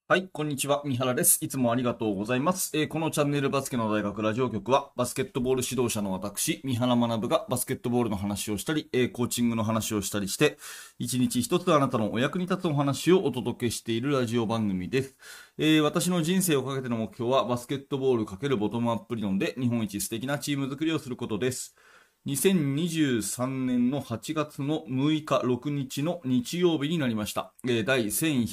はい、こんにちは。三原です。いつもありがとうございます。このチャンネルバスケの大学ラジオ局は、バスケットボール指導者の私、三原学がバスケットボールの話をしたり、コーチングの話をしたりして、一日一つあなたのお役に立つお話をお届けしているラジオ番組です。私の人生をかけての目標は、バスケットボール×ボトムアップ理論で日本一素敵なチーム作りをすることです。2023年の8月の6日、6日の日曜日になりました。第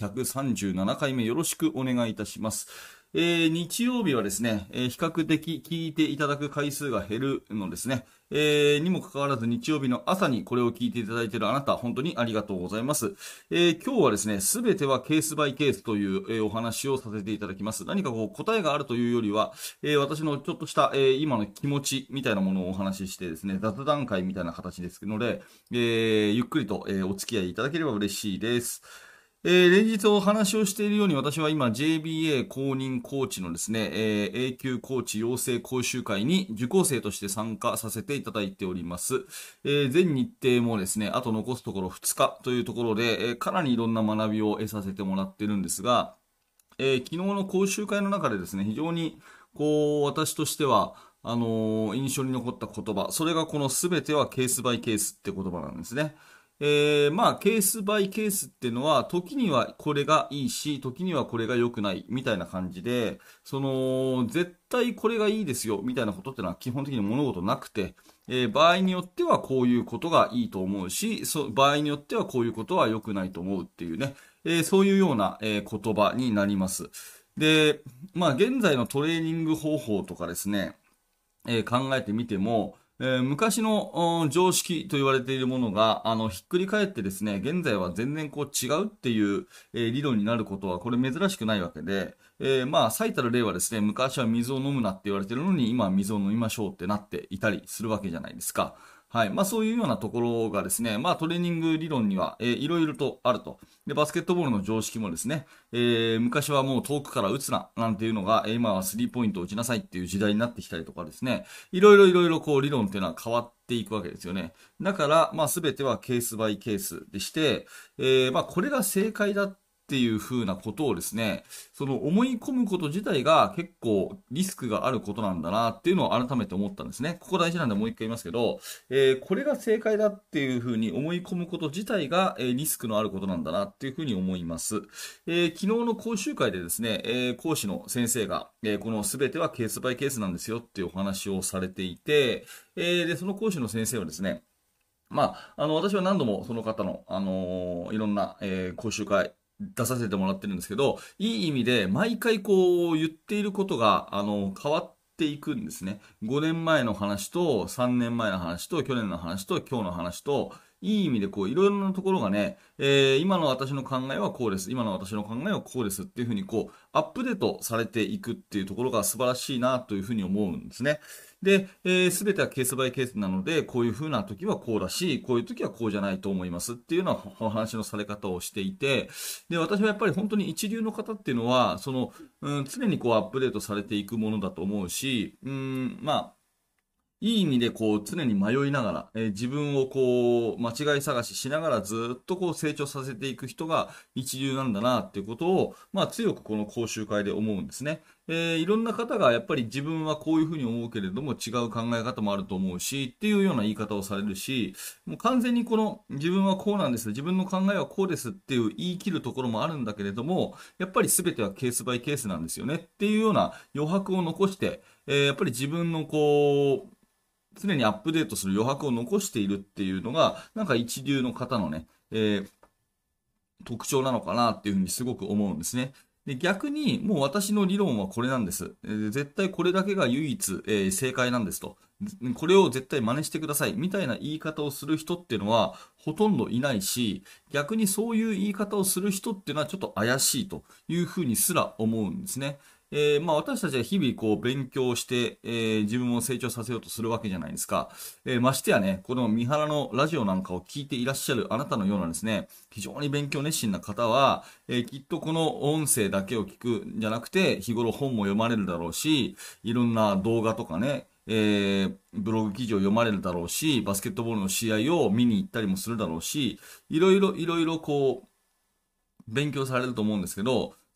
1137回目よろしくお願いいたします。日曜日はですね、比較的聞いていただく回数が減るのですね。にもかかわらず日曜日の朝にこれを聞いていただいているあなた、本当にありがとうございます。今日はですね、すべてはケースバイケースという、お話をさせていただきます。何かこう答えがあるというよりは、私のちょっとした、今の気持ちみたいなものをお話ししてですね、雑談会みたいな形ですので、ゆっくりと、お付き合いいただければ嬉しいです。連日お話をしているように私は今 JBA 公認コーチのですね、A 級コーチ養成講習会に受講生として参加させていただいております。全日程もですね、あと残すところ2日というところで、かなりいろんな学びを得させてもらっているんですが、昨日の講習会の中でですね、非常に私としては、印象に残った言葉、それがこの全てはケースバイケースって言葉なんですね。まあ、ケースバイケースっていうのは、時にはこれがいいし、時にはこれが良くない、みたいな感じで、絶対これがいいですよ、みたいなことっていうのは基本的に物事なくて、場合によってはこういうことがいいと思うし、場合によってはこういうことは良くないと思うっていうね、そういうような、言葉になります。で、まあ、現在のトレーニング方法とかですね、考えてみても、昔の常識と言われているものが、ひっくり返ってですね、現在は全然こう違うっていう、理論になることは、これ珍しくないわけで、まあ、最たる例はですね、昔は水を飲むなって言われているのに、今は水を飲みましょうってなっていたりするわけじゃないですか。はい。まあ、そういうようなところがですね、まあ、トレーニング理論には、いろいろとあると。で、バスケットボールの常識もですね、昔はもう遠くから打つな、なんていうのが、今はスリーポイントを打ちなさいっていう時代になってきたりとかですね、いろいろこう理論っていうのは変わっていくわけですよね。だから、まあ、すべてはケースバイケースでして、まあ、これが正解だっていうふうなことをですね、その思い込むこと自体が結構リスクがあることなんだなっていうのを改めて思ったんですね。ここ大事なんでもう一回言いますけど、これが正解だっていうふうに思い込むこと自体が、リスクのあることなんだなっていうふうに思います。昨日の講習会でですね、講師の先生が、この全てはケースバイケースなんですよっていうお話をされていて、で、その講師の先生はですね、まあ、私は何度もその方の、いろんな、講習会出させてもらってるんですけど、いい意味で毎回こう言っていることが、変わっていくんですね。5年前の話と、3年前の話と、去年の話と、今日の話と、いい意味でこう、いろいろなところがね、今の私の考えはこうです。今の私の考えはこうですっていうふうにこう、アップデートされていくっていうところが素晴らしいなというふうに思うんですね。で、すべてはケースバイケースなので、こういう風な時はこうだし、こういう時はこうじゃないと思いますっていうようなお話のされ方をしていて、で、私はやっぱり本当に一流の方っていうのは、常にこうアップデートされていくものだと思うし、まあ、いい意味でこう常に迷いながら、自分をこう間違い探ししながらずっとこう成長させていく人が一流なんだなっていうことを、まあ強くこの講習会で思うんですね。いろんな方がやっぱり自分はこういうふうに思うけれども違う考え方もあると思うしっていうような言い方をされるし、もう完全にこの自分はこうなんです、自分の考えはこうですっていう言い切るところもあるんだけれども、やっぱり全てはケースバイケースなんですよねっていうような余白を残して、やっぱり自分のこう、常にアップデートする余白を残しているっていうのが、なんか一流の方のね、特徴なのかなっていうふうにすごく思うんですね。で、逆に、もう私の理論はこれなんです。絶対これだけが唯一、正解なんですと。これを絶対真似してください。みたいな言い方をする人っていうのはほとんどいないし、逆にそういう言い方をする人っていうのはちょっと怪しいというふうにすら思うんですね。まあ私たちは日々こう勉強して、自分を成長させようとするわけじゃないですか。ましてやね、この三原のラジオなんかを聞いていらっしゃるあなたのようなですね、非常に勉強熱心な方は、きっとこの音声だけを聞くんじゃなくて、日頃本も読まれるだろうし、いろんな動画とかね、ブログ記事を読まれるだろうし、バスケットボールの試合を見に行ったりもするだろうし、いろいろこう、勉強されると思うんですけど、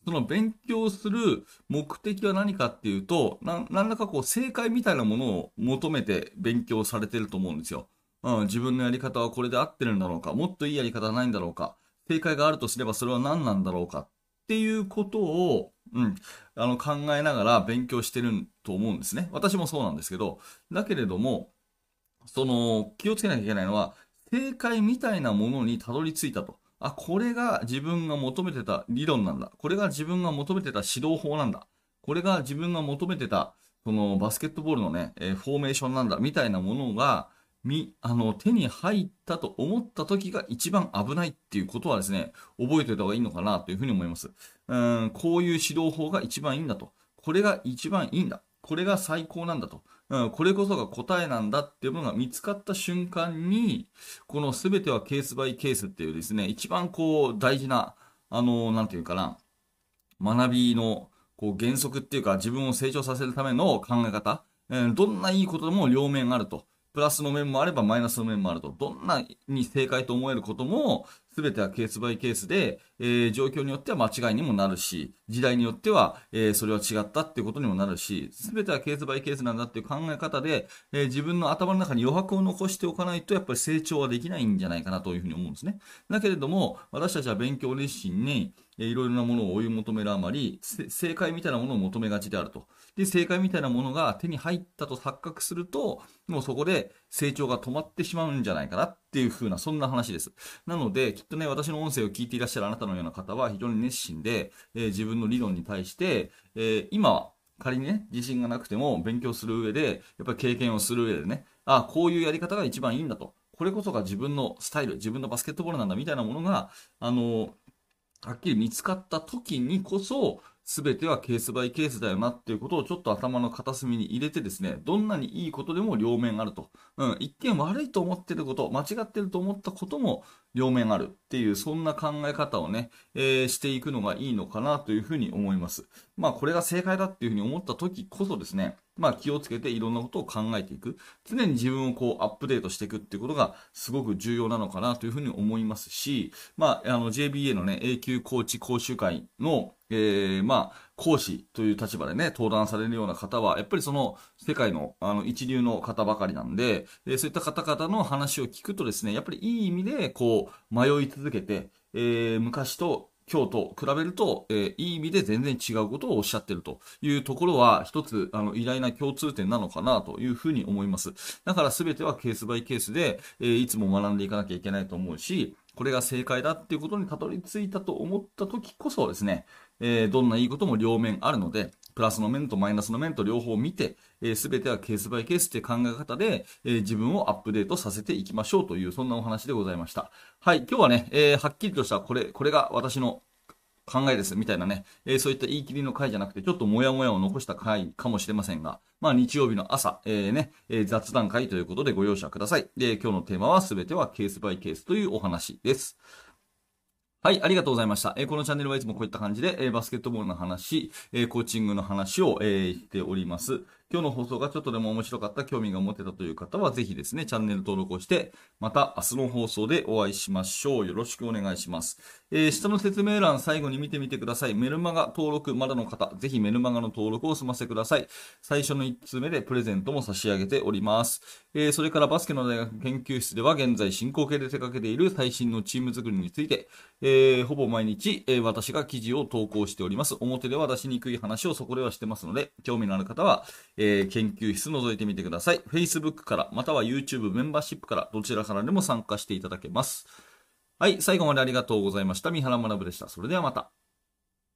その勉強する目的は何かっていうと、なんらかこう正解みたいなものを求めて勉強されてると思うんですよ。自分のやり方はこれで合ってるんだろうか、もっといいやり方はないんだろうか、正解があるとすればそれは何なんだろうかっていうことを、考えながら勉強してると思うんですね。私もそうなんですけど、だけれども、気をつけなきゃいけないのは、正解みたいなものにたどり着いたと。あ、これが自分が求めてた理論なんだ。これが自分が求めてた指導法なんだ。これが自分が求めてた、バスケットボールのね、フォーメーションなんだ、みたいなものが、手に入ったと思った時が一番危ないっていうことはですね、覚えておいた方がいいのかなというふうに思います。こういう指導法が一番いいんだと。これが一番いいんだ。これが最高なんだと。これこそが答えなんだっていうものが見つかった瞬間に、この全てはケースバイケースっていうですね、一番こう大事な、なんていうかな、学びのこう原則っていうか自分を成長させるための考え方、どんないいことでも両面あると。プラスの面もあればマイナスの面もあると。どんなに正解と思えることも、すべてはケースバイケースで、状況によっては間違いにもなるし、時代によっては、それは違ったっていうことにもなるし、すべてはケースバイケースなんだっていう考え方で、自分の頭の中に余白を残しておかないと、やっぱり成長はできないんじゃないかなというふうに思うんですね。だけれども、私たちは勉強熱心に、いろいろなものを追い求めるあまり、正解みたいなものを求めがちであると。で、正解みたいなものが手に入ったと錯覚すると、もうそこで成長が止まってしまうんじゃないかなっていう風な、そんな話です。なので、きっとね、私の音声を聞いていらっしゃるあなたのような方は非常に熱心で、自分の理論に対して、今は仮にね、自信がなくても勉強する上で、やっぱり経験をする上でね、あ、こういうやり方が一番いいんだと。これこそが自分のスタイル、自分のバスケットボールなんだみたいなものが、はっきり見つかった時にこそ、すべてはケースバイケースだよなっていうことをちょっと頭の片隅に入れてですね、どんなにいいことでも両面あると。一見悪いと思ってること、間違ってると思ったことも両面あるっていう、そんな考え方をね、していくのがいいのかなというふうに思います。まあ、これが正解だっていうふうに思った時こそですね、まあ、気をつけていろんなことを考えていく。常に自分をこうアップデートしていくっていうことがすごく重要なのかなというふうに思いますし、まあ、JBA のね、永久コーチ講習会の、まあ、講師という立場でね、登壇されるような方は、やっぱりその世界の一流の方ばかりなんで、そういった方々の話を聞くとですね、やっぱりいい意味でこう迷い続けて、昔と今日と比べると、いい意味で全然違うことをおっしゃってるというところは一つ偉大な共通点なのかなというふうに思います。だから全てはケースバイケースで、いつも学んでいかなきゃいけないと思うし、これが正解だっていうことにたどり着いたと思った時こそですね、どんないいことも両面あるので、プラスの面とマイナスの面と両方見て、すべてはケースバイケースっていう考え方で、自分をアップデートさせていきましょうという、そんなお話でございました。はい、今日はね、はっきりとしたこれが私の考えですみたいなね、そういった言い切りの回じゃなくて、ちょっとモヤモヤを残した回かもしれませんが、まあ日曜日の朝、雑談会ということでご容赦ください。で、今日のテーマはすべてはケースバイケースというお話です。はい、ありがとうございました。このチャンネルはいつもこういった感じで、バスケットボールの話、コーチングの話を、しております。今日の放送がちょっとでも面白かった、興味が持てたという方は、ぜひですね、チャンネル登録をして、また明日の放送でお会いしましょう。よろしくお願いします。下の説明欄最後に見てみてください。メルマガ登録まだの方、ぜひメルマガの登録を済ませてください。最初の1通目でプレゼントも差し上げております。それからバスケの大学研究室では現在進行形で手掛けている最新のチーム作りについて、ほぼ毎日、私が記事を投稿しております。表では出しにくい話をそこではしてますので、興味のある方は、研究室覗いてみてください。Facebook から、または YouTube メンバーシップから、どちらからでも参加していただけます。はい、最後までありがとうございました。三原学でした。それではまた。